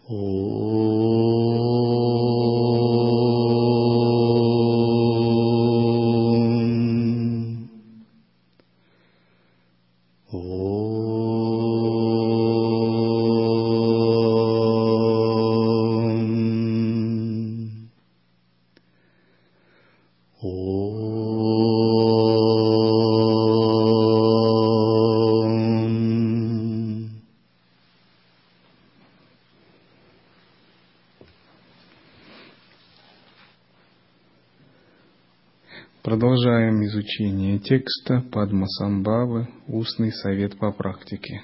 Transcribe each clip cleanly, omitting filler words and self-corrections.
Продолжаем изучение текста Падмасамбхавы «Устный совет по практике».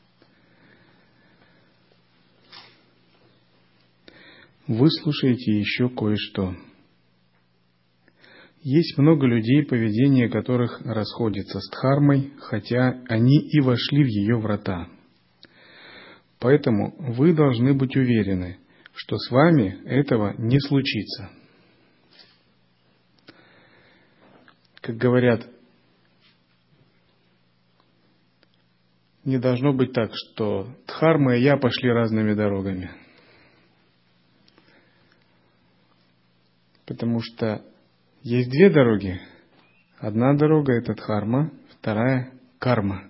Выслушайте еще кое-что. Есть много людей, поведение которых расходится с дхармой, хотя они и вошли в ее врата. Поэтому вы должны быть уверены, что с вами этого не случится. Как говорят, не должно быть так, что дхарма и я пошли разными дорогами. Потому что есть две дороги. Одна дорога – это дхарма, вторая – карма.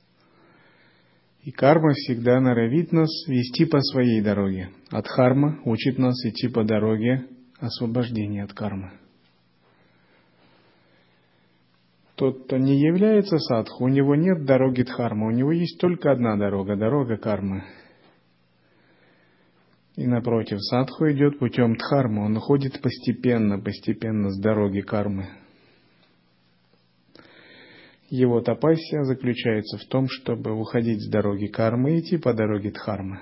И карма всегда норовит нас вести по своей дороге, а дхарма учит нас идти по дороге освобождения от кармы. Тот, кто не является садху, у него нет дороги дхармы, у него есть только одна дорога – дорога кармы. И напротив, садху идет путем дхармы, он уходит постепенно с дороги кармы. Его тапасия заключается в том, чтобы уходить с дороги кармы и идти по дороге дхармы.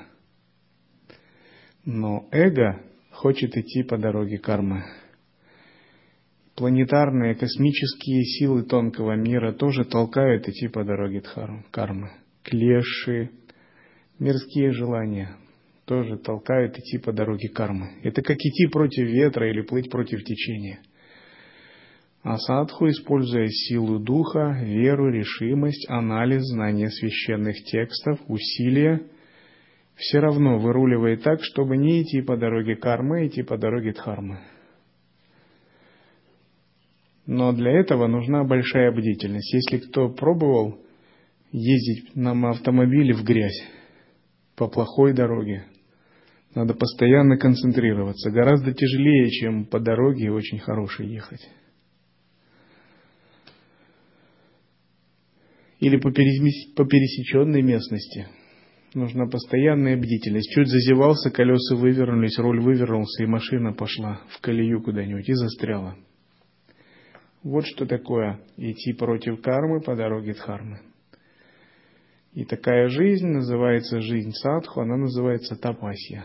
Но эго хочет идти по дороге кармы. Планетарные космические силы тонкого мира тоже толкают идти по дороге кармы. Клеши, мирские желания тоже толкают идти по дороге кармы. Это как идти против ветра или плыть против течения. А садху, используя силу духа, веру, решимость, анализ, знание священных текстов, усилия, все равно выруливает так, чтобы не идти по дороге кармы, а идти по дороге дхармы. Но для этого нужна большая бдительность. Если кто пробовал ездить на автомобиле в грязь по плохой дороге, надо постоянно концентрироваться. Гораздо тяжелее, чем по дороге очень хорошей ехать. Или по пересеченной местности. Нужна постоянная бдительность. Чуть зазевался, колеса вывернулись, руль вывернулся, и машина пошла в колею куда-нибудь и застряла. Вот что такое идти против кармы по дороге дхармы. И такая жизнь называется жизнь садху, она называется тапасья.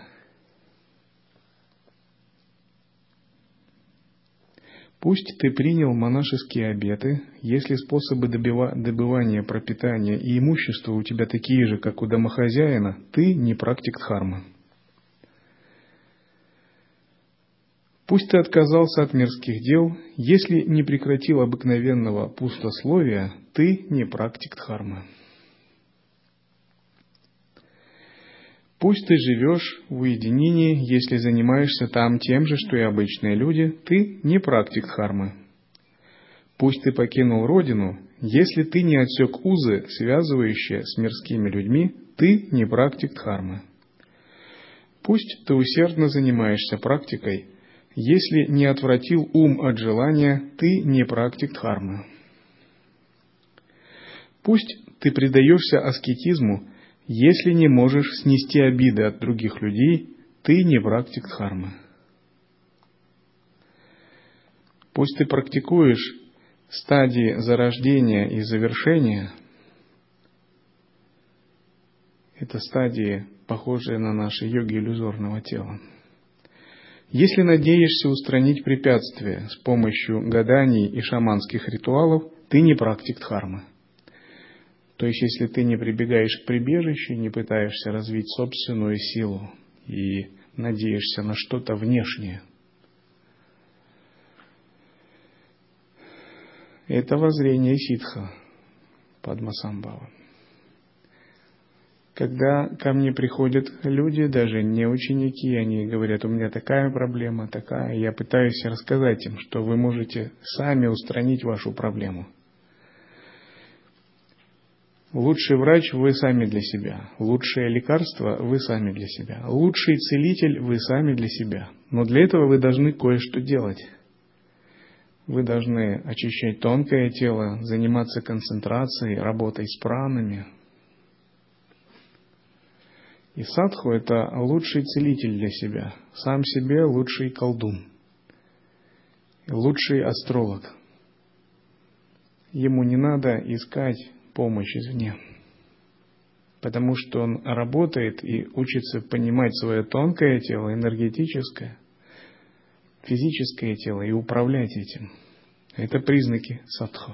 Пусть ты принял монашеские обеты, если способы добывания пропитания и имущества у тебя такие же, как у домохозяина, ты не практик дхармы. Пусть ты отказался от мирских дел, если не прекратил обыкновенного пустословия, ты не практик дхармы. Пусть ты живешь в уединении, если занимаешься там тем же, что и обычные люди, ты не практик дхармы. Пусть ты покинул родину, если ты не отсек узы, связывающие с мирскими людьми, ты не практик дхармы. Пусть ты усердно занимаешься практикой, если не отвратил ум от желания, ты не практик дхармы. Пусть ты предаешься аскетизму, если не можешь снести обиды от других людей, ты не практик дхармы. Пусть ты практикуешь стадии зарождения и завершения. Это стадии, похожие на наши йоги иллюзорного тела. Если надеешься устранить препятствия с помощью гаданий и шаманских ритуалов, ты не практик дхармы. То есть, если ты не прибегаешь к прибежищу, не пытаешься развить собственную силу и надеешься на что-то внешнее, это воззрение ситха Падмасамбхава. Когда ко мне приходят люди, даже не ученики, они говорят, у меня такая проблема, такая, я пытаюсь рассказать им, что вы можете сами устранить вашу проблему. Лучший врач вы сами для себя, лучшее лекарство вы сами для себя, лучший целитель вы сами для себя. Но для этого вы должны кое-что делать. Вы должны очищать тонкое тело, заниматься концентрацией, работой с пранами. И садху – это лучший целитель для себя, сам себе лучший колдун, лучший астролог. Ему не надо искать помощь извне, потому что он работает и учится понимать свое тонкое тело, энергетическое, физическое тело и управлять этим. Это признаки садху.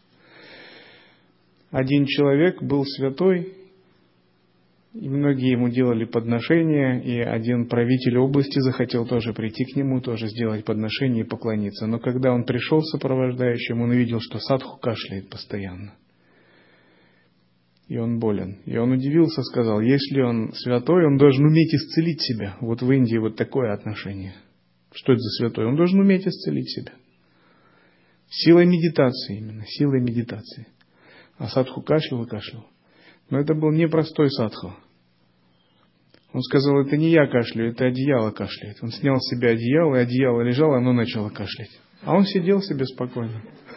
Один человек был святой, и многие ему делали подношения, и один правитель области захотел тоже прийти к нему, тоже сделать подношение и поклониться. Но когда он пришел сопровождающим, он увидел, что садху кашляет постоянно. И он болен. И он удивился, сказал, если он святой, он должен уметь исцелить себя. Вот в Индии вот такое отношение. Что это за святой? Он должен уметь исцелить себя. Силой медитации именно, силой медитации. А садху кашлял и кашлял. Но это был непростой садху. Он сказал, это не я кашляю, это одеяло кашляет. Он снял с себя одеяло, и одеяло лежало, оно начало кашлять. А он сидел себе спокойно.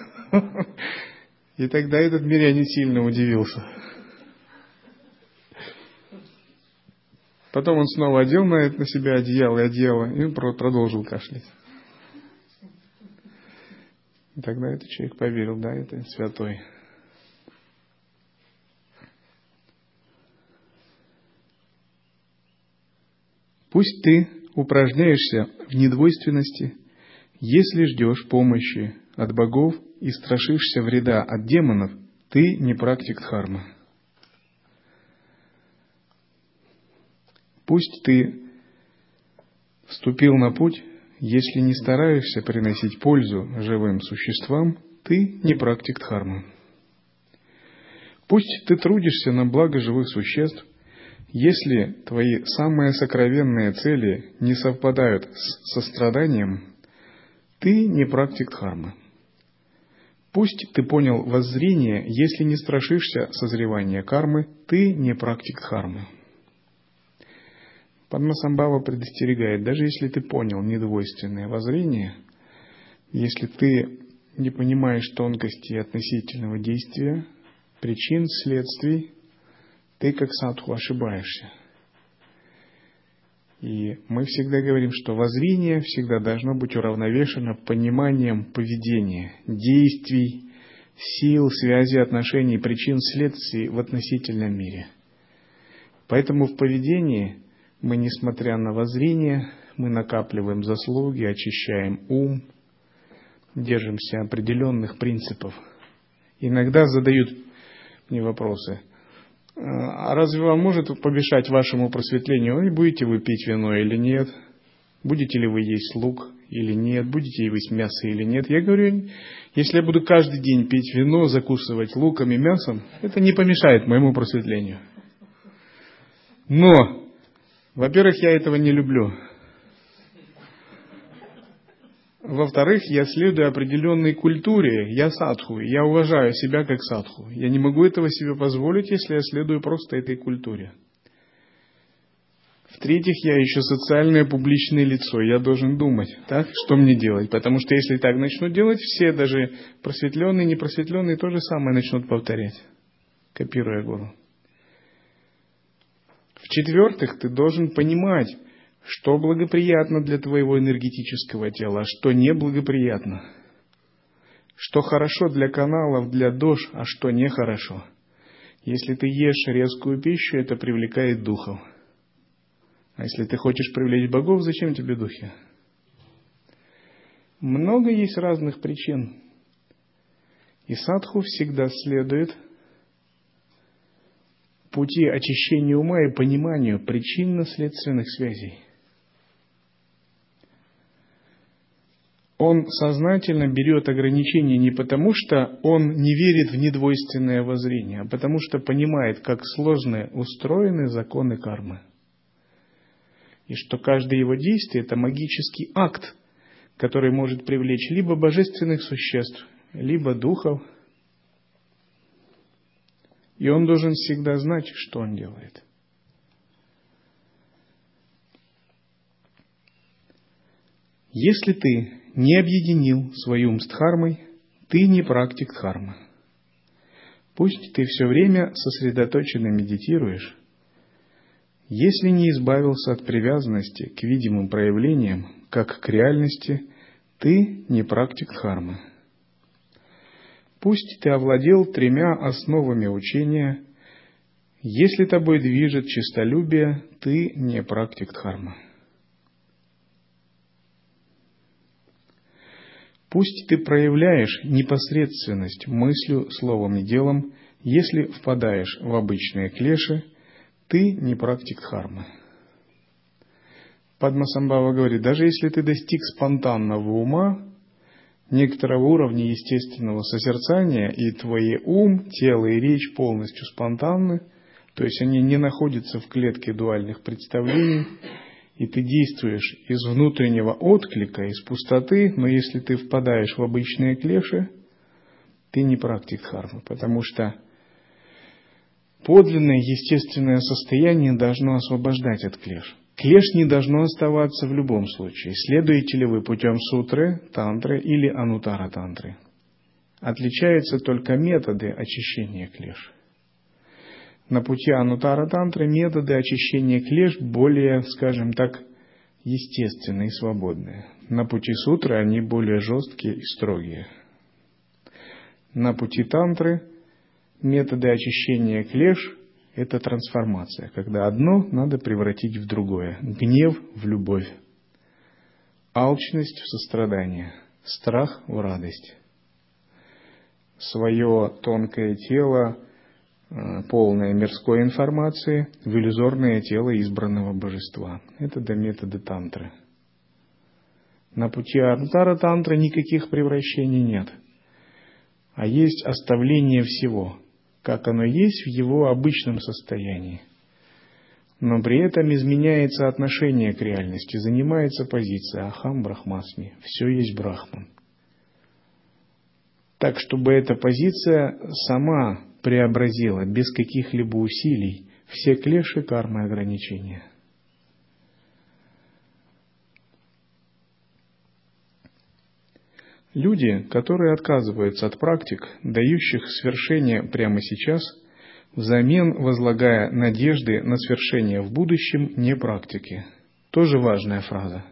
И тогда этот мирянин сильно удивился. Потом он снова одел на себя одеяло, и он продолжил кашлять. И тогда этот человек поверил, да, это святой. Пусть ты упражняешься в недвойственности, если ждешь помощи от богов и страшишься вреда от демонов, ты не практик дхармы. Пусть ты вступил на путь, если не стараешься приносить пользу живым существам, ты не практик дхармы. Пусть ты трудишься на благо живых существ, если твои самые сокровенные цели не совпадают с состраданием, ты не практик дхармы. Пусть ты понял воззрение, если не страшишься созревания кармы, ты не практик дхармы. Падмасамбхава предостерегает, даже если ты понял недвойственное воззрение, если ты не понимаешь тонкости относительного действия, причин, следствий, ты как садху ошибаешься. И мы всегда говорим, что воззрение всегда должно быть уравновешено пониманием поведения, действий, сил, связи, отношений, причин, следствий в относительном мире. Поэтому в поведении мы, несмотря на воззрение, мы накапливаем заслуги, очищаем ум, держимся определенных принципов. Иногда задают мне вопросы. А разве вам может помешать вашему просветлению? И будете вы пить вино или нет? Будете ли вы есть лук или нет? Будете ли вы есть мясо или нет? Я говорю, если я буду каждый день пить вино, закусывать луком и мясом, это не помешает моему просветлению. Но, во-первых, я этого не люблю. Во-вторых, я следую определенной культуре, я садху, я уважаю себя как садху. Я не могу этого себе позволить, если я следую просто этой культуре. В-третьих, я еще социальное публичное лицо, я должен думать, так, что мне делать. Потому что если так начну делать, все, даже просветленные, непросветленные, то же самое начнут повторять, копируя гуру. В-четвертых, ты должен понимать, что благоприятно для твоего энергетического тела, а что неблагоприятно. Что хорошо для каналов, для дож, а что нехорошо. Если ты ешь резкую пищу, это привлекает духов. А если ты хочешь привлечь богов, зачем тебе духи? Много есть разных причин. И садху всегда следует пути очищения ума и пониманию причинно-следственных связей. Он сознательно берет ограничения не потому, что он не верит в недвойственное воззрение, а потому что понимает, как сложно устроены законы кармы. И что каждое его действие – это магический акт, который может привлечь либо божественных существ, либо духов. И он должен всегда знать, что он делает. Если ты не объединил свой ум с дхармой, ты не практик дхармы. Пусть ты все время сосредоточенно медитируешь, если не избавился от привязанности к видимым проявлениям, как к реальности, ты не практик дхармы. Пусть ты овладел 3 основами учения, если тобой движет честолюбие, ты не практик дхармы. Пусть ты проявляешь непосредственность мыслью, словом и делом, если впадаешь в обычные клеши, ты не практик дхармы. Падмасамбхава говорит, даже если ты достиг спонтанного ума, некоторого уровня естественного созерцания, и твой ум, тело и речь полностью спонтанны, то есть они не находятся в клетке дуальных представлений, и ты действуешь из внутреннего отклика, из пустоты, но если ты впадаешь в обычные клеши, ты не практик дхармы, потому что подлинное естественное состояние должно освобождать от клеш. Клеш не должно оставаться в любом случае. Следуете ли вы путем сутры, тантры или анутара тантры? Отличаются только методы очищения клеш. На пути анутара тантры методы очищения клеш более, скажем так, естественные и свободные. На пути сутры они более жесткие и строгие. На пути тантры методы очищения клеш – это трансформация, когда одно надо превратить в другое. Гнев в любовь, алчность в сострадание, страх в радость. Свое тонкое тело, полное мирской информации, в иллюзорное тело избранного божества. Это методы тантры. На пути анутара тантры никаких превращений нет, а есть оставление всего, как оно есть в его обычном состоянии. Но при этом изменяется отношение к реальности, занимается позиция Ахам Брахмасми, все есть Брахман. Так, чтобы эта позиция сама преобразила без каких-либо усилий все клеши кармы и ограничения. Люди, которые отказываются от практик, дающих свершение прямо сейчас, взамен возлагая надежды на свершение в будущем, не практики. Тоже важная фраза.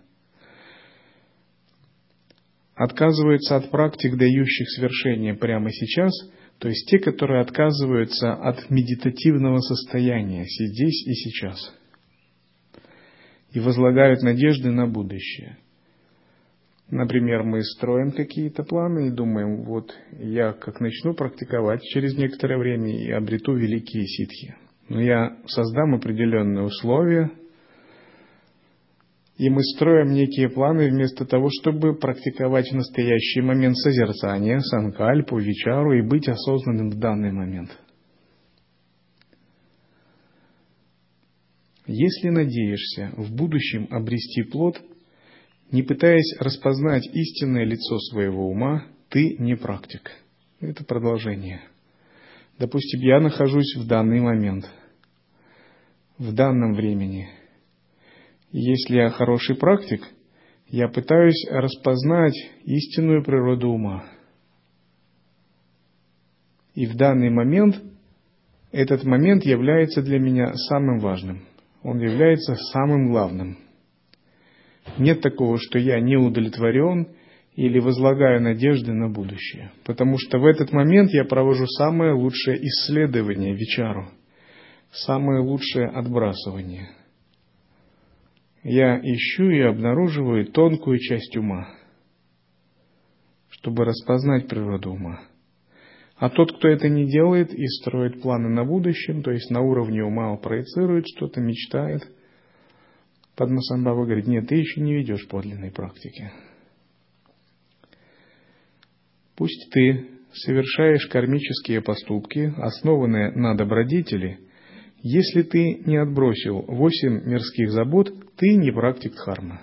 Отказываются от практик, дающих свершение прямо сейчас, то есть те, которые отказываются от медитативного состояния здесь и сейчас и возлагают надежды на будущее. Например, мы строим какие-то планы и думаем, вот я как начну практиковать через некоторое время и обрету великие ситхи. Но я создам определенные условия, и мы строим некие планы вместо того, чтобы практиковать в настоящий момент созерцания, санкальпу, вичару и быть осознанным в данный момент. Если надеешься в будущем обрести плод, не пытаясь распознать истинное лицо своего ума, ты не практик. Это продолжение. Допустим, я нахожусь в данный момент, в данном времени. И если я хороший практик, я пытаюсь распознать истинную природу ума. И в данный момент, этот момент является для меня самым важным. Он является самым главным. Нет такого, что я не удовлетворен или возлагаю надежды на будущее. Потому что в этот момент я провожу самое лучшее исследование, вичару, самое лучшее отбрасывание. Я ищу и обнаруживаю тонкую часть ума, чтобы распознать природу ума. А тот, кто это не делает и строит планы на будущем, то есть на уровне ума проецирует что-то, мечтает, Падмасамбхава говорит, нет, ты еще не ведешь подлинной практики. Пусть ты совершаешь кармические поступки, основанные на добродетели, если ты не отбросил 8 мирских забот, ты не практик дхармы.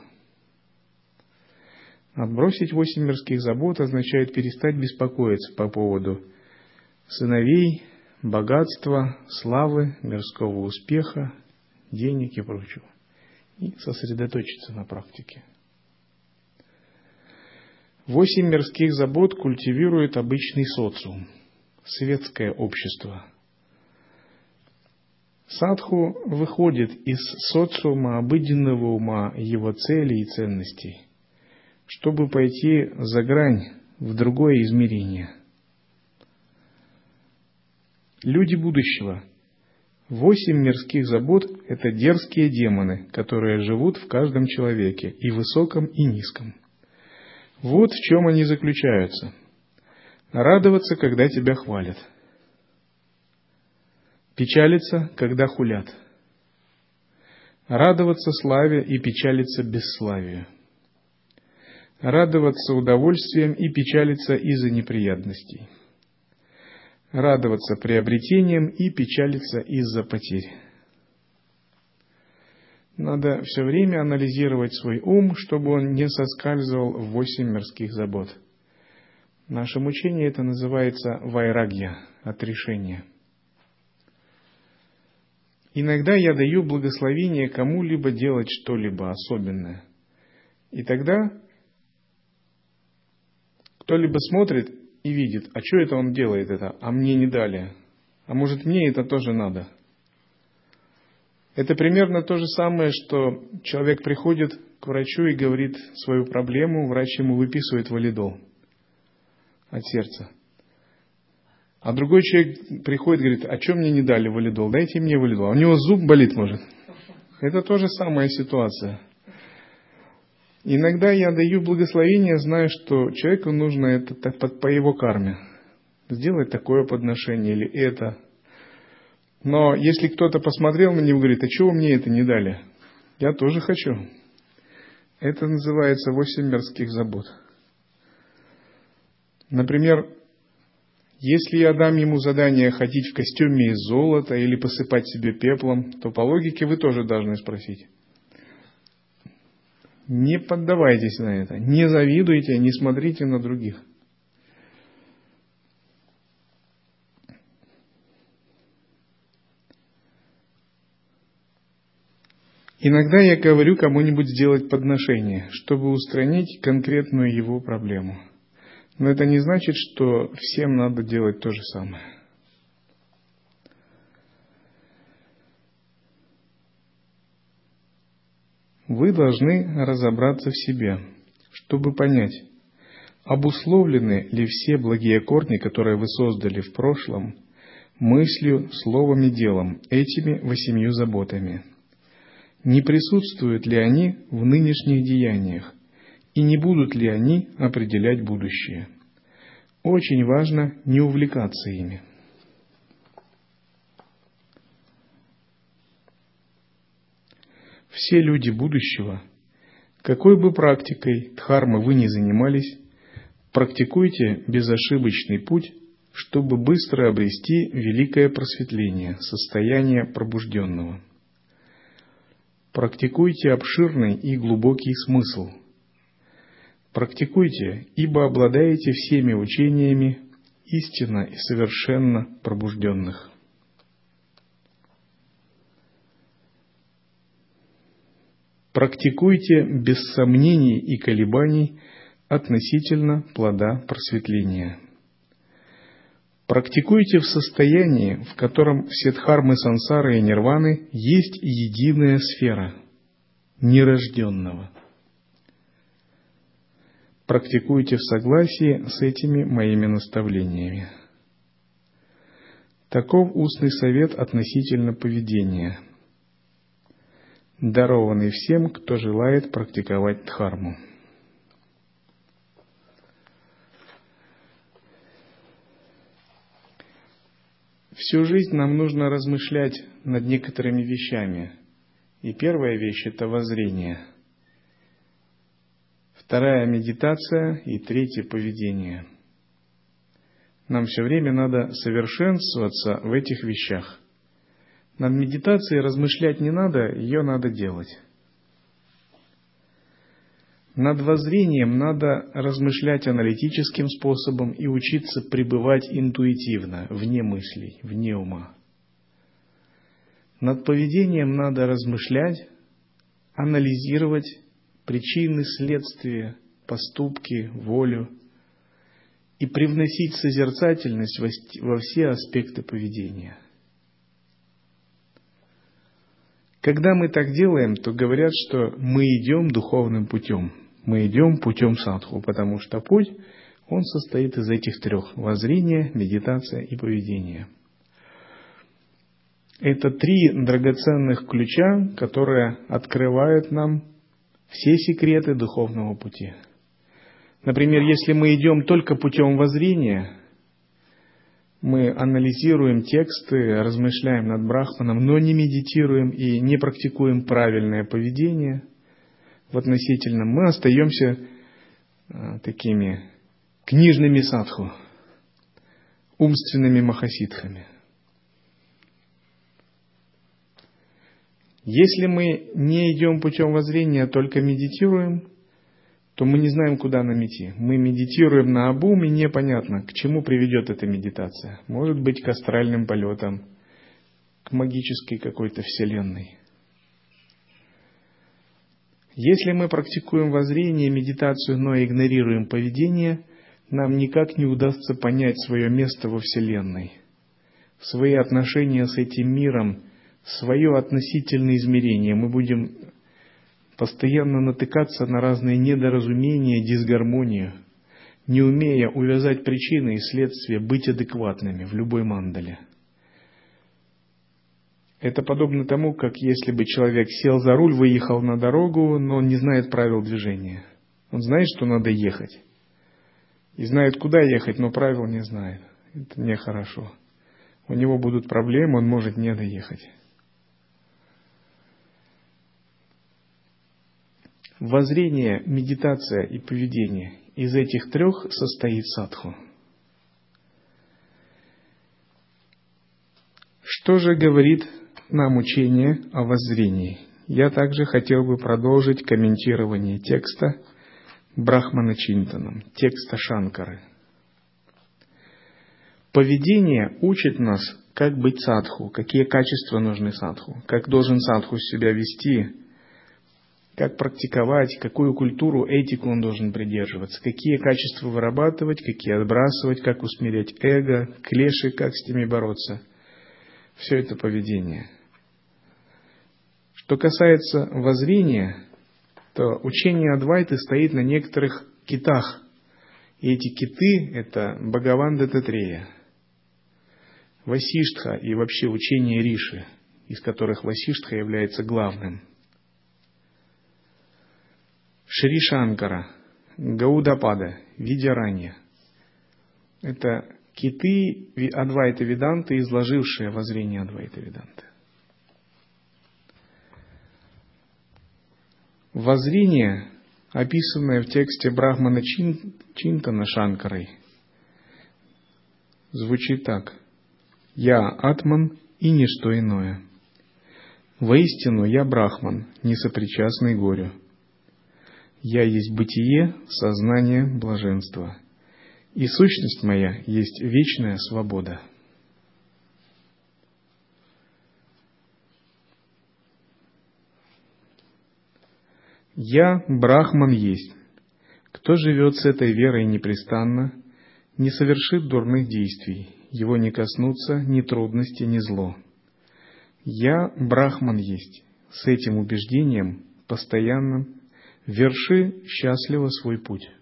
Отбросить 8 мирских забот означает перестать беспокоиться по поводу сыновей, богатства, славы, мирского успеха, денег и прочего. И сосредоточиться на практике. 8 мирских забот культивирует обычный социум, светское общество. Садху выходит из социума обыденного ума, его целей и ценностей, чтобы пойти за грань в другое измерение. Люди будущего. 8 мирских забот – это дерзкие демоны, которые живут в каждом человеке, и высоком, и низком. Вот в чем они заключаются. Радоваться, когда тебя хвалят. Печалиться, когда хулят. Радоваться славе и печалиться бесславию. Радоваться удовольствием и печалиться из-за неприятностей. Радоваться приобретением и печалиться из-за потерь. Надо все время анализировать свой ум, чтобы он не соскальзывал в 8 мирских забот. В нашем учении это называется вайрагья, отрешение. Иногда я даю благословение кому-либо делать что-либо особенное. И тогда кто-либо смотрит и видит, а что это он делает это, а мне не дали. А может, мне это тоже надо. Это примерно то же самое, что человек приходит к врачу и говорит свою проблему, врач ему выписывает валидол от сердца. А другой человек приходит и говорит, а что мне не дали валидол, дайте мне валидол. А у него зуб болит, может. Это то же самая ситуация. Иногда я даю благословение, зная, что человеку нужно это по его карме. Сделать такое подношение или это. Но если кто-то посмотрел на него и говорит, а чего мне это не дали? Я тоже хочу. Это называется 8 мирских забот. Например, если я дам ему задание ходить в костюме из золота или посыпать себе пеплом, то по логике вы тоже должны спросить. Не поддавайтесь на это, не завидуйте, не смотрите на других. Иногда я говорю кому-нибудь сделать подношение, чтобы устранить конкретную его проблему. Но это не значит, что всем надо делать то же самое. Вы должны разобраться в себе, чтобы понять, обусловлены ли все благие корни, которые вы создали в прошлом, мыслью, словом и делом, этими 8 заботами. Не присутствуют ли они в нынешних деяниях, и не будут ли они определять будущее. Очень важно не увлекаться ими. Все люди будущего, какой бы практикой дхармы вы ни занимались, практикуйте безошибочный путь, чтобы быстро обрести великое просветление, состояние пробужденного. Практикуйте обширный и глубокий смысл. Практикуйте, ибо обладаете всеми учениями истинно и совершенно пробужденных. Практикуйте без сомнений и колебаний относительно плода просветления. Практикуйте в состоянии, в котором все дхармы сансары и нирваны есть единая сфера нерожденного. Практикуйте в согласии с этими моими наставлениями. Таков устный совет относительно поведения, дарованный всем, кто желает практиковать дхарму. Всю жизнь нам нужно размышлять над некоторыми вещами. И первая вещь – это воззрение. Вторая – медитация. И третья – поведение. Нам все время надо совершенствоваться в этих вещах. Над медитацией размышлять не надо, ее надо делать. Над воззрением надо размышлять аналитическим способом и учиться пребывать интуитивно, вне мыслей, вне ума. Над поведением надо размышлять, анализировать причины, следствия, поступки, волю и привносить созерцательность во все аспекты поведения. Когда мы так делаем, то говорят, что мы идем духовным путем. Мы идем путем садху, потому что путь, он состоит из этих трех: воззрение, медитация и поведение. Это три драгоценных ключа, которые открывают нам все секреты духовного пути. Например, если мы идем только путем воззрения, мы анализируем тексты, размышляем над Брахманом, но не медитируем и не практикуем правильное поведение в относительном, мы остаемся такими книжными садху, умственными махасидхами. Если мы не идем путем воззрения, а только медитируем, то мы не знаем, куда нам идти. Мы медитируем наобум, и непонятно, к чему приведет эта медитация. Может быть, к астральным полетам, к магической какой-то вселенной. Если мы практикуем воззрение и медитацию, но игнорируем поведение, нам никак не удастся понять свое место во Вселенной, свои отношения с этим миром, свое относительное измерение. Мы будем постоянно натыкаться на разные недоразумения, дисгармонию, не умея увязать причины и следствия, быть адекватными в любой мандале. Это подобно тому, как если бы человек сел за руль, выехал на дорогу, но он не знает правил движения. Он знает, что надо ехать. И знает, куда ехать, но правил не знает. Это нехорошо. У него будут проблемы, он может не доехать. Воззрение, медитация и поведение. Из этих трех состоит садху. Что же говорит нам учение о воззрении? Я также хотел бы продолжить комментирование текста Брахмана Чинтанам, текста Шанкары. Поведение учит нас, как быть садху, какие качества нужны садху, как должен садху себя вести, как практиковать, какую культуру, этику он должен придерживаться, какие качества вырабатывать, какие отбрасывать, как усмирять эго, клеши, как с ними бороться. Все это поведение. Что касается воззрения, то учение Адвайты стоит на некоторых китах. И эти киты – это Бхагаван Даттатрея, Васиштха и вообще учение Риши, из которых Васиштха является главным. Шри Шанкара, Гаудапада, Видяранья. Это киты Адвайта Веданты, изложившие воззрение Адвайта Веданты. Воззрение, описанное в тексте Брахмана Чинтана Шанкарой, звучит так: «Я Атман и ничто иное. Воистину я Брахман, несопричастный горю. Я есть бытие, сознание, блаженство, и сущность моя есть вечная свобода». «Я Брахман есть. Кто живет с этой верой непрестанно, не совершит дурных действий, его не коснутся ни трудности, ни зло. Я Брахман есть. С этим убеждением постоянно верши счастливо свой путь».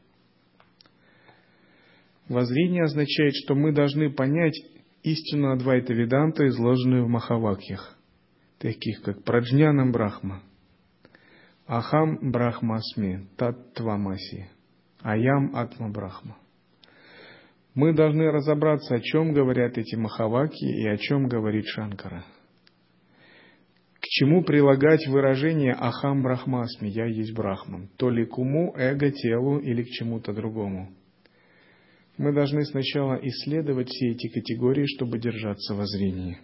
Воззрение означает, что мы должны понять истину Адвайта Веданта, изложенную в Махавакьях, таких как Праджнянам Брахма, Ахам Брахмасми, Таттвамаси, Аям Атма Брахма. Мы должны разобраться, о чем говорят эти Махаваки и о чем говорит Шанкара. К чему прилагать выражение Ахам Брахмасми, я есть Брахман, то ли к уму, эго, телу или к чему-то другому. Мы должны сначала исследовать все эти категории, чтобы держаться во зрении.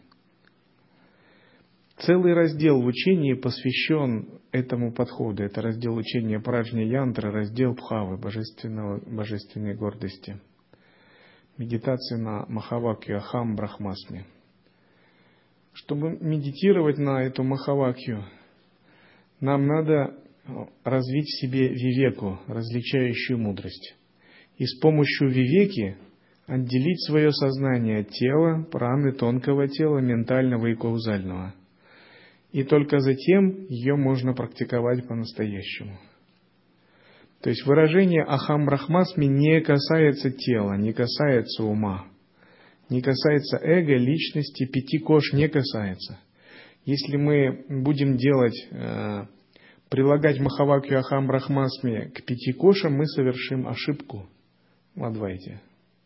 Целый раздел в учении посвящен этому подходу. Это раздел учения Праджня-янтра, раздел Бхавы, божественной гордости. Медитация на Махавакью Ахам Брахмасми. Чтобы медитировать на эту Махавакью, нам надо развить в себе вивеку, различающую мудрость. И с помощью вивеки отделить свое сознание от тела, праны, тонкого тела, ментального и каузального. И только затем ее можно практиковать по-настоящему. То есть выражение Ахам Брахмасми не касается тела, не касается ума, не касается эго, личности, 5 кош не касается. Если мы будем прилагать Махавакью Ахам Брахмасми к 5 кошам, мы совершим ошибку в Адвайте.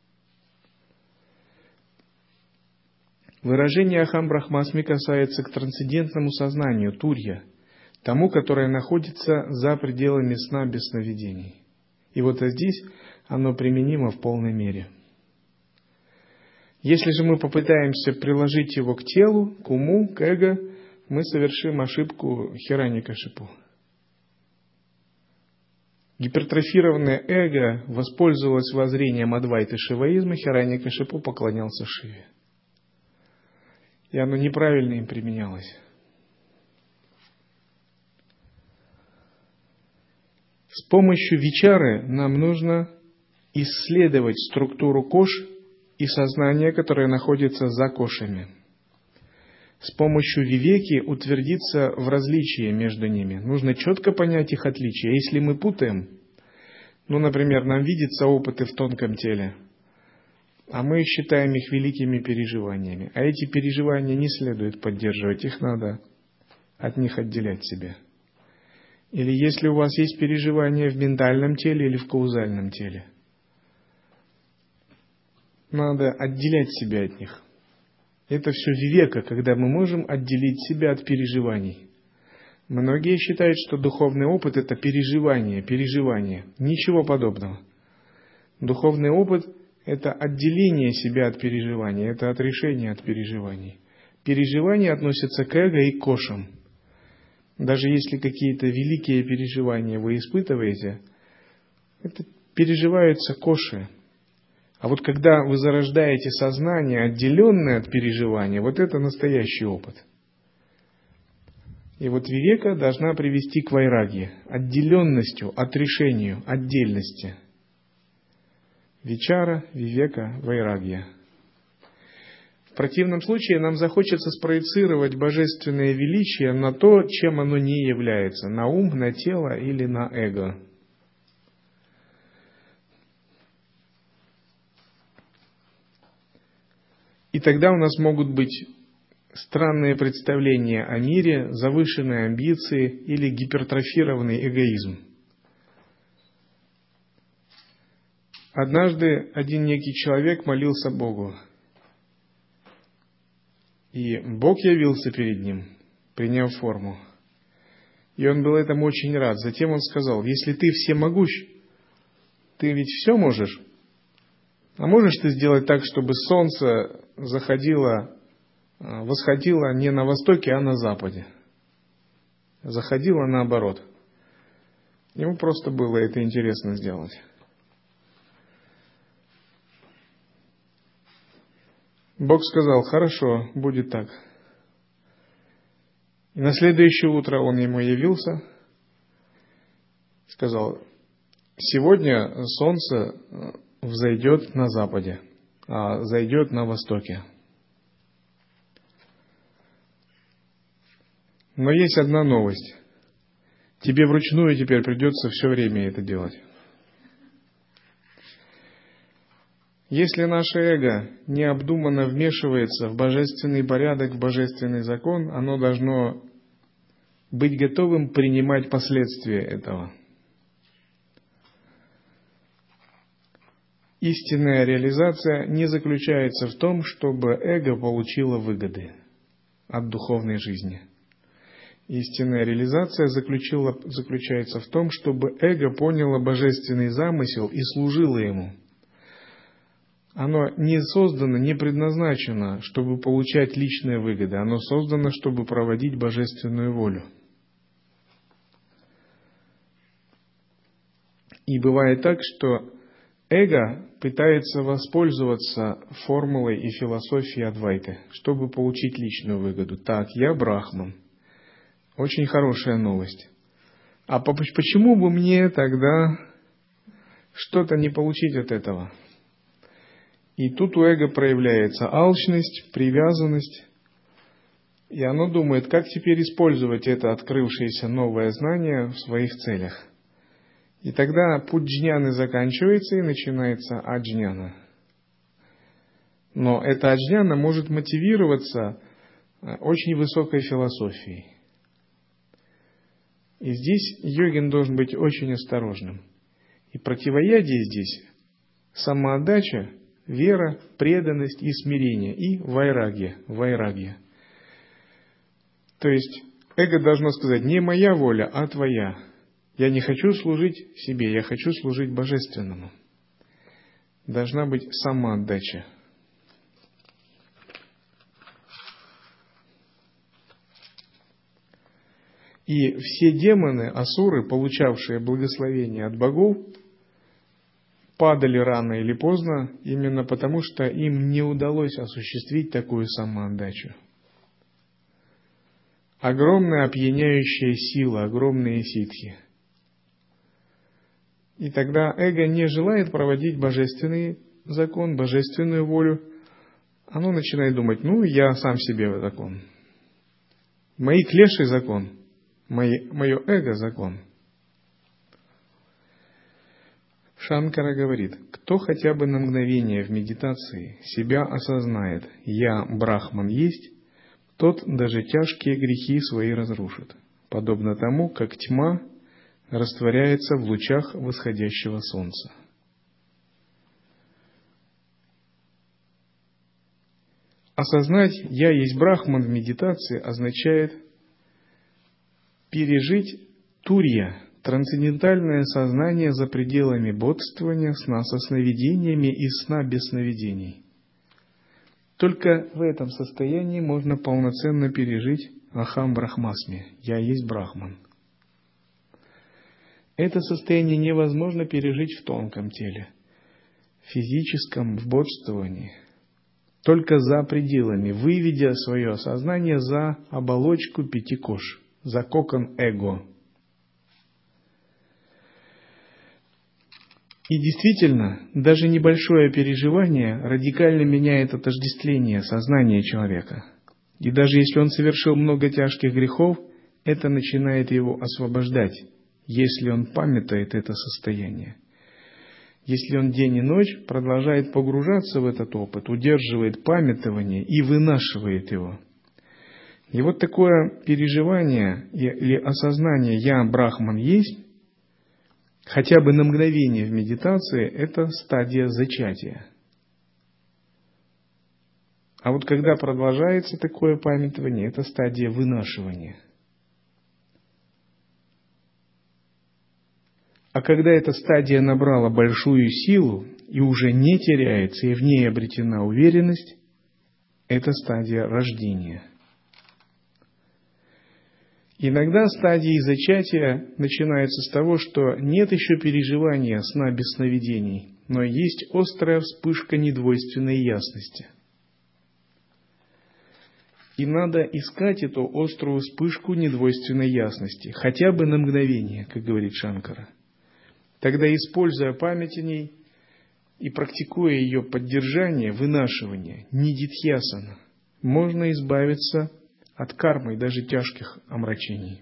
Выражение Ахам Брахмасми касается к трансцендентному сознанию, турья, тому, которое находится за пределами сна без сновидений. И вот здесь оно применимо в полной мере. Если же мы попытаемся приложить его к телу, к уму, к эго, мы совершим ошибку Хираньякашипу. Гипертрофированное эго воспользовалось воззрением Адвайты шиваизма, Хираньякашипу поклонялся Шиве. И оно неправильно им применялось. С помощью вичары нам нужно исследовать структуру кош и сознание, которое находится за кошами. С помощью вивеки утвердиться в различии между ними. Нужно четко понять их отличия. Если мы путаем, например, нам видятся опыты в тонком теле, а мы считаем их великими переживаниями. А эти переживания не следует поддерживать, их надо от них отделять себя. Или если у вас есть переживания в ментальном теле или в каузальном теле, надо отделять себя от них. Это все вивека, когда мы можем отделить себя от переживаний. Многие считают, что духовный опыт – это переживание. Ничего подобного. Духовный опыт – это отделение себя от переживаний, это отрешение от переживаний. Переживания относятся к эго и к кошам. Даже если какие-то великие переживания вы испытываете, это переживаются коши. А вот когда вы зарождаете сознание, отделенное от переживания, вот это настоящий опыт. И вот вивека должна привести к вайрагье, отделенностью, отрешению, отдельности. Вичара, вивека, вайрагья. В противном случае нам захочется спроецировать божественное величие на то, чем оно не является, на ум, на тело или на эго. И тогда у нас могут быть странные представления о мире, завышенные амбиции или гипертрофированный эгоизм. Однажды один некий человек молился Богу, и Бог явился перед ним, приняв форму. И он был этому очень рад. Затем он сказал: если ты всемогущ, ты ведь все можешь. А можешь ты сделать так, чтобы солнце восходило не на востоке, а на западе? Заходило наоборот. Ему просто было это интересно сделать. Бог сказал: хорошо, будет так. И на следующее утро он ему явился, сказал: сегодня солнце взойдет на западе, а зайдет на востоке. Но есть одна новость. Тебе вручную теперь придется все время это делать. Если наше эго необдуманно вмешивается в божественный порядок, в божественный закон, оно должно быть готовым принимать последствия этого. Истинная реализация не заключается в том, чтобы эго получило выгоды от духовной жизни. Истинная реализация заключается в том, чтобы эго поняло божественный замысел и служило ему. Оно не создано, не предназначено, чтобы получать личные выгоды. Оно создано, чтобы проводить божественную волю. И бывает так, что эго пытается воспользоваться формулой и философией Адвайты, чтобы получить личную выгоду. Так, я брахман. Очень хорошая новость. А почему бы мне тогда что-то не получить от этого? И тут у эго проявляется алчность, привязанность, и оно думает, как теперь использовать это открывшееся новое знание в своих целях. И тогда путь джняны заканчивается и начинается аджняна. Но эта аджняна может мотивироваться очень высокой философией. И здесь йогин должен быть очень осторожным. И противоядие здесь самоотдача, вера, преданность и смирение, и вайрагья. То есть эго должно сказать, не моя воля, а твоя. Я не хочу служить себе, я хочу служить божественному. Должна быть самоотдача. И все демоны, асуры, получавшие благословение от богов, падали рано или поздно, именно потому, что им не удалось осуществить такую самоотдачу. Огромная опьяняющая сила, огромные ситхи. И тогда эго не желает проводить божественный закон, божественную волю. Оно начинает думать, я сам себе закон. Мои клеши закон, мое эго закон. Шанкара говорит, кто хотя бы на мгновение в медитации себя осознает, я брахман есть, тот даже тяжкие грехи свои разрушит, подобно тому, как тьма растворяется в лучах восходящего солнца. Осознать «я есть брахман» в медитации означает пережить турья, трансцендентальное сознание за пределами бодствования, сна со сновидениями и сна без сновидений. Только в этом состоянии можно полноценно пережить ахам брахмасми, я есть брахман. Это состояние невозможно пережить в тонком теле, физическом, в бодствовании. Только за пределами, выведя свое сознание за оболочку пяти кош, за кокон эго. И действительно, даже небольшое переживание радикально меняет отождествление сознания человека. И даже если он совершил много тяжких грехов, это начинает его освобождать, если он памятает это состояние. Если он день и ночь продолжает погружаться в этот опыт, удерживает памятование и вынашивает его. И вот такое переживание или осознание «я брахман есть», хотя бы на мгновение в медитации, это стадия зачатия. А вот когда продолжается такое памятование, это стадия вынашивания. А когда эта стадия набрала большую силу и уже не теряется, и в ней обретена уверенность, это стадия рождения. Иногда стадии зачатия начинаются с того, что нет еще переживания сна без сновидений, но есть острая вспышка недвойственной ясности. И надо искать эту острую вспышку недвойственной ясности, хотя бы на мгновение, как говорит Шанкара. Тогда, используя память о ней и практикуя ее поддержание, вынашивание, нидитхьясана, можно избавиться от кармы и даже тяжких омрачений.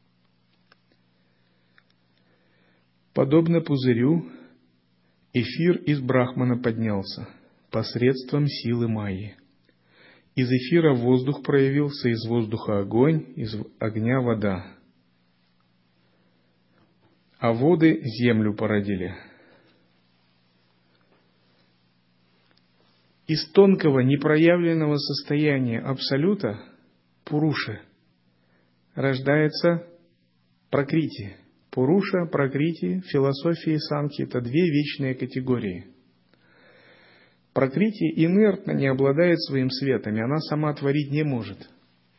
Подобно пузырю, эфир из Брахмана поднялся посредством силы Майи. Из эфира воздух проявился, из воздуха огонь, из огня вода. А воды землю породили. Из тонкого, непроявленного состояния Абсолюта, Пуруши, рождается Пракрити. Пуруша, Пракрити, философии Санхи – это две вечные категории. Пракрити инертно, не обладает своим светом, и она сама творить не может.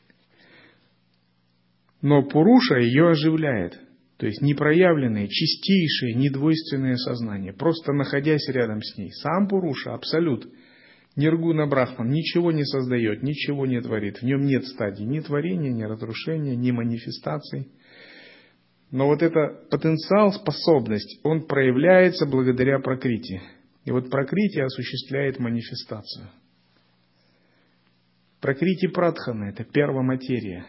Но Пуруша ее оживляет, то есть непроявленное, чистейшее, недвойственное сознание, просто находясь рядом с ней. Сам Пуруша, абсолют, Ниргуна Брахман, ничего не создает, ничего не творит, в нем нет стадий ни творения, ни разрушения, ни манифестаций. Но вот этот потенциал, способность, он проявляется благодаря Пракрити. И вот Пракрити осуществляет манифестацию. Пракрити Прадхана – это первоматерия.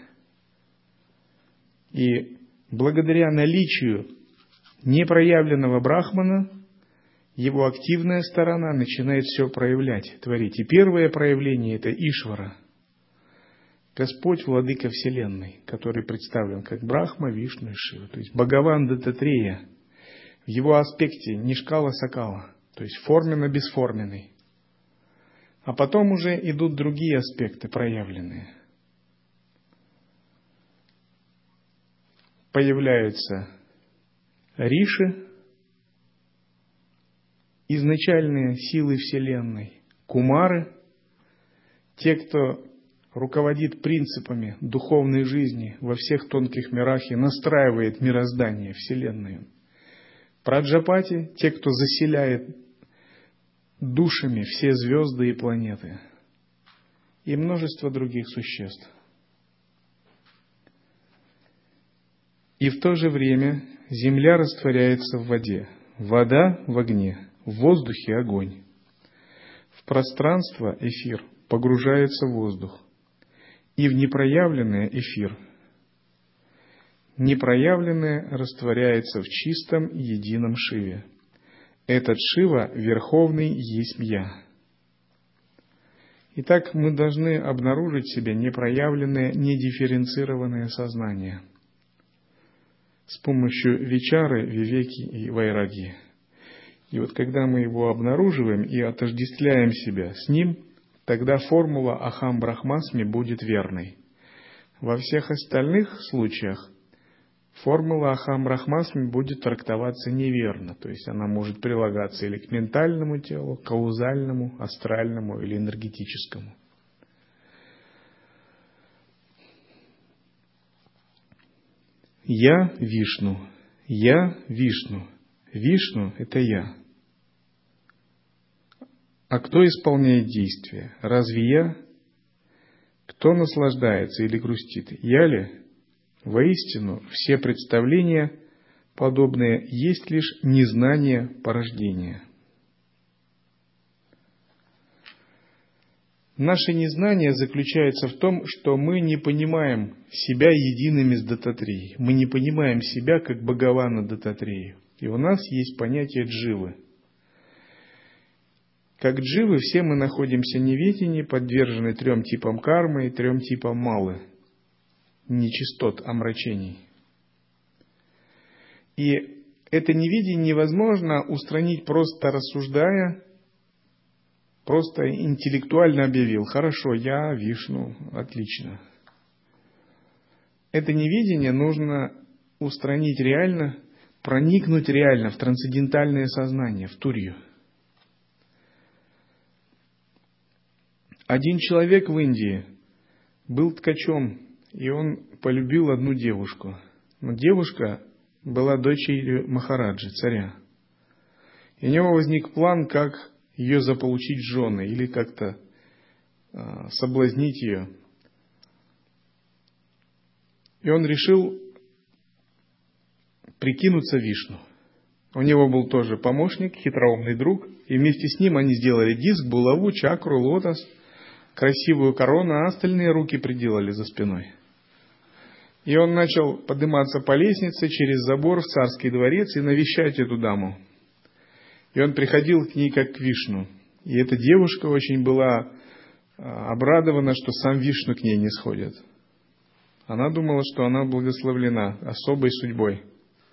И благодаря наличию непроявленного Брахмана, его активная сторона начинает все проявлять, творить. И первое проявление – это Ишвара, Господь, Владыка Вселенной, который представлен как Брахма, Вишну и Шива. То есть Бхагаван Даттатрея в его аспекте Нишкала-Сакала, то есть форменно-бесформенный. А потом уже идут другие аспекты проявленные. Появляются риши, изначальные силы Вселенной, кумары, те, кто руководит принципами духовной жизни во всех тонких мирах и настраивает мироздание, Вселенную. Праджапати, те, кто заселяет душами все звезды и планеты. И множество других существ. И в то же время земля растворяется в воде, вода в огне, в воздухе огонь. В пространство эфир погружается воздух, и в непроявленное эфир. Непроявленное растворяется в чистом едином Шиве. Этот Шива Верховный есть Я. Итак, мы должны обнаружить в себе непроявленное, недифференцированное сознание с помощью вичары, вивеки и вайраги. И вот когда мы его обнаруживаем и отождествляем себя с ним, тогда формула Ахам Брахмасми будет верной. Во всех остальных случаях формула Ахам Брахмасми будет трактоваться неверно, то есть она может прилагаться или к ментальному телу, каузальному, астральному или энергетическому. Я Вишну, я Вишну, Вишну – это я. А кто исполняет действия? Разве я? Кто наслаждается или грустит? Я ли? Воистину, все представления подобные есть лишь незнание порождения. Наше незнание заключается в том, что мы не понимаем себя едиными с Даттатреей. Мы не понимаем себя как Бхагавана Даттатрею. И у нас есть понятие дживы. Как дживы все мы находимся в неведении, подвержены 3 типам кармы и 3 типам малы, нечистот, омрачений. И это неведение невозможно устранить просто рассуждая, просто интеллектуально объявил: хорошо, я Вишну, отлично. Это неведение нужно устранить реально, проникнуть реально в трансцендентальное сознание, в Турью. Один человек в Индии был ткачом, и он полюбил одну девушку. Но девушка была дочерью Махараджи, царя. И у него возник план, как ее заполучить в жены или как-то соблазнить ее. И он решил прикинуться Вишну. У него был тоже помощник, хитроумный друг, и вместе с ним они сделали диск, булаву, чакру, лотос, красивую корону, а остальные руки приделали за спиной. И он начал подниматься по лестнице через забор в царский дворец и навещать эту даму. И он приходил к ней как к Вишну. И эта девушка очень была обрадована, что сам Вишну к ней не сходит. Она думала, что она благословлена особой судьбой.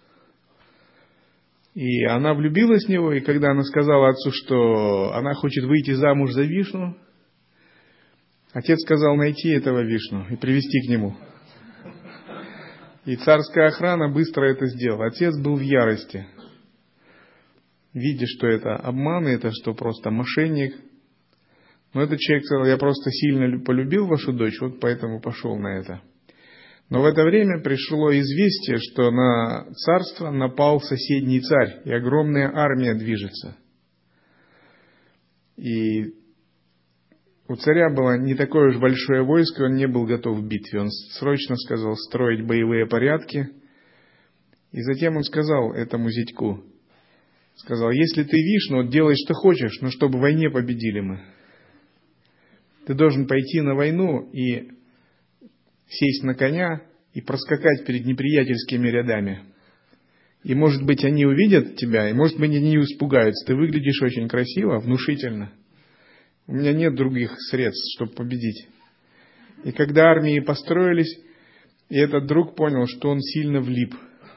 И она влюбилась в него, и когда она сказала отцу, что она хочет выйти замуж за Вишну, отец сказал найти этого Вишну и привести к нему. И царская охрана быстро это сделала. Отец был в ярости, видя, что это обман, это что просто мошенник, Но этот человек сказал: я просто сильно полюбил вашу дочь, вот поэтому пошел на это. Но в это время пришло известие, что на царство напал соседний царь, и огромная армия движется. И у царя было не такое уж большое войско, он не был готов к битве. Он срочно сказал строить боевые порядки. И затем он сказал этому зятьку, сказал: если ты Вишну, вот делай, что хочешь, но чтобы в войне победили мы. Ты должен пойти на войну и сесть на коня и проскакать перед неприятельскими рядами. И, может быть, они увидят тебя, и, может быть, они не испугаются. Ты выглядишь очень красиво, внушительно. У меня нет других средств, чтобы победить. И когда армии построились, и этот друг понял, что он сильно влип,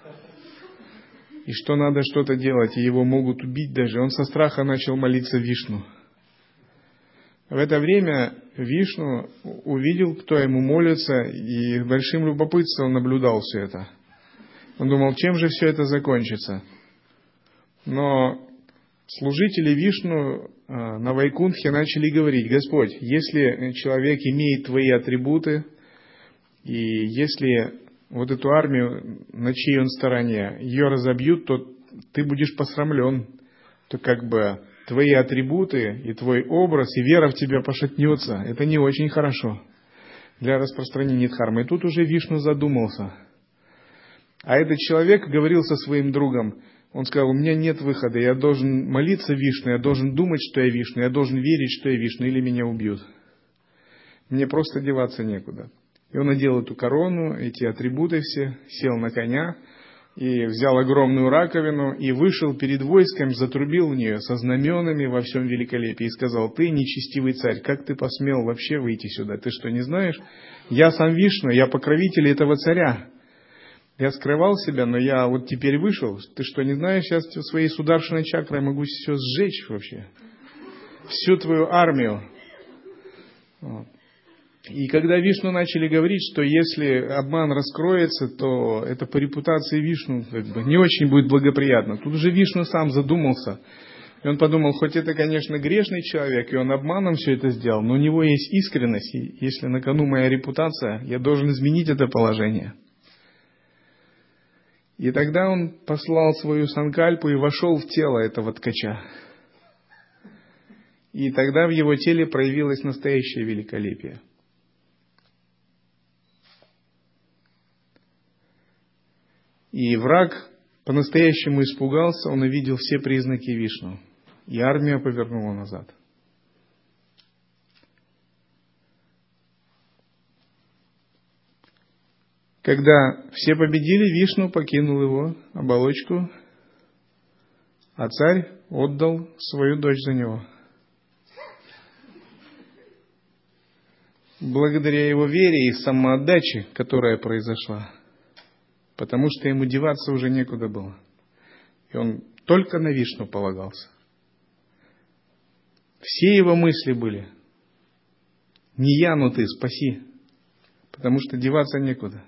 и что надо что-то делать, и его могут убить даже, он со страха начал молиться Вишну. В это время Вишну увидел, кто ему молится, и с большим любопытством наблюдал все это. Он думал, чем же все это закончится. Но служители Вишну на Вайкунтхе начали говорить: Господь, если человек имеет Твои атрибуты, и если вот эту армию, на чьей он стороне, ее разобьют, то Ты будешь посрамлен, то как бы Твои атрибуты и Твой образ, и вера в Тебя пошатнется. Это не очень хорошо для распространения дхармы. И тут уже Вишну задумался. А этот человек говорил со своим другом, он сказал: у меня нет выхода, я должен молиться Вишну, я должен думать, что я Вишну, я должен верить, что я Вишну, или меня убьют. Мне просто деваться некуда. И он надел эту корону, эти атрибуты все, сел на коня, и взял огромную раковину, и вышел перед войском, затрубил в нее со знаменами во всем великолепии, и сказал: ты, нечестивый царь, как ты посмел вообще выйти сюда? Ты что, не знаешь? Я сам Вишну, я покровитель этого царя. Я скрывал себя, но я вот теперь вышел. Ты что, не знаешь, сейчас своей сударшиной чакрой я могу все сжечь вообще. Всю твою армию. Вот. И когда Вишну начали говорить, что если обман раскроется, то это по репутации Вишну как бы не очень будет благоприятно. Тут уже Вишну сам задумался. И он подумал, хоть это, конечно, грешный человек, и он обманом все это сделал, но у него есть искренность. И если на кону моя репутация, я должен изменить это положение. И тогда он послал свою санкальпу и вошел в тело этого ткача. И тогда в его теле проявилось настоящее великолепие. И враг по-настоящему испугался, он увидел все признаки Вишну. И армия повернула назад. Когда все победили, Вишну покинул его оболочку, а царь отдал свою дочь за него. Благодаря его вере и самоотдаче, которая произошла, потому что ему деваться уже некуда было. И он только на Вишну полагался. Все его мысли были: не я, но ты, спаси, потому что деваться некуда.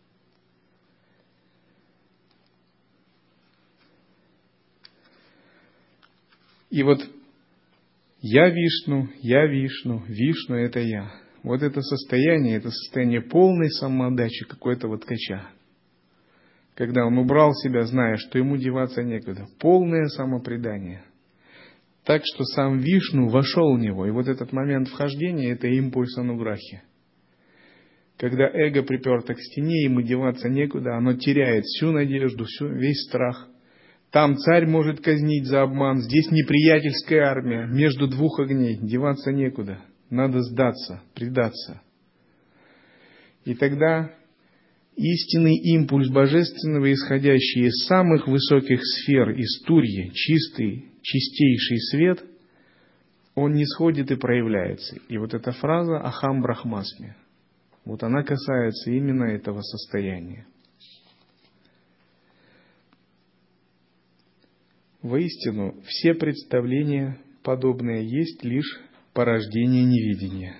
И вот я Вишну, Вишну это я. Вот это состояние полной самоотдачи какой-то ткача. Когда он убрал себя, зная, что ему деваться некуда. Полное самопредание. Так что сам Вишну вошел в него. И вот этот момент вхождения – это импульс ануграхи. Когда эго приперто к стене, ему деваться некуда, оно теряет всю надежду, весь страх. Там царь может казнить за обман, здесь неприятельская армия, между двух огней, деваться некуда. Надо сдаться, предаться. И тогда истинный импульс божественного, исходящий из самых высоких сфер, из Турьи, чистейший свет, он не сходит и проявляется. И вот эта фраза «Ахам Брахмасми», вот она касается именно этого состояния. Воистину, все представления подобные есть лишь порождение невидения.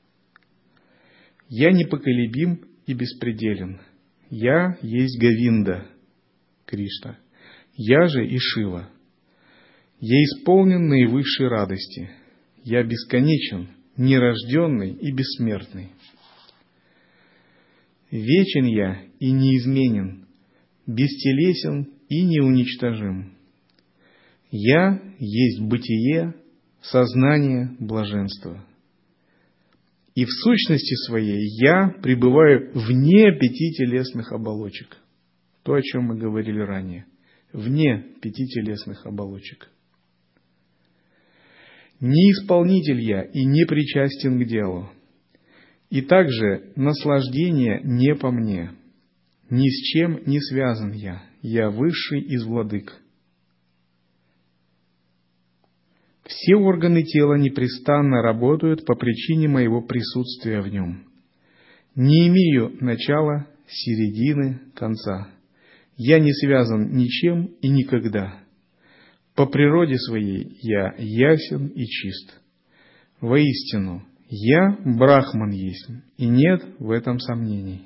Я непоколебим и беспределен. Я есть Говинда, Кришна. Я же и Шива. Я исполнен наивысшей радости. Я бесконечен, нерожденный и бессмертный. Вечен я и неизменен, бестелесен и неуничтожим. Я есть бытие, сознание, блаженство. И в сущности своей я пребываю вне 5 телесных оболочек. То, о чем мы говорили ранее. Вне 5 телесных оболочек. Не исполнитель я и не причастен к делу. И также наслаждение не по мне. Ни с чем не связан я высший из владык. Все органы тела непрестанно работают по причине моего присутствия в нем. Не имею начала, середины, конца. Я не связан ничем и никогда. По природе своей я ясен и чист. Воистину, я Брахман есть, и нет в этом сомнений.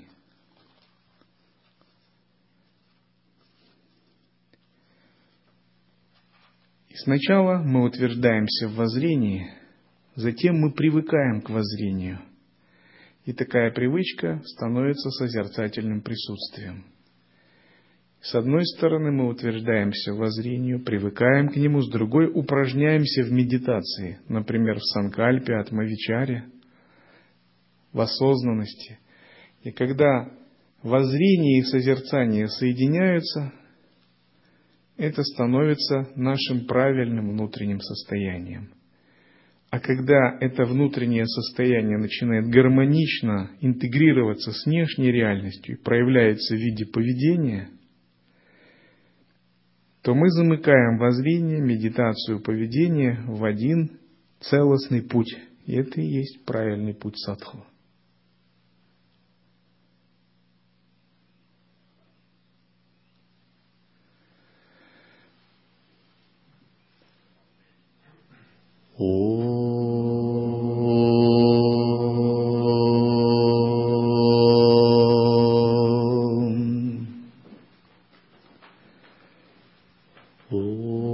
И сначала мы утверждаемся в воззрении, затем мы привыкаем к воззрению. И такая привычка становится созерцательным присутствием. С одной стороны, мы утверждаемся в воззрению, привыкаем к нему, с другой упражняемся в медитации, например, в санкальпе, атмавичаре, в осознанности. И когда воззрение и созерцание соединяются, это становится нашим правильным внутренним состоянием. А когда это внутреннее состояние начинает гармонично интегрироваться с внешней реальностью и проявляется в виде поведения, то мы замыкаем воззрение, медитацию, поведение в один целостный путь. И это и есть правильный путь садху. Om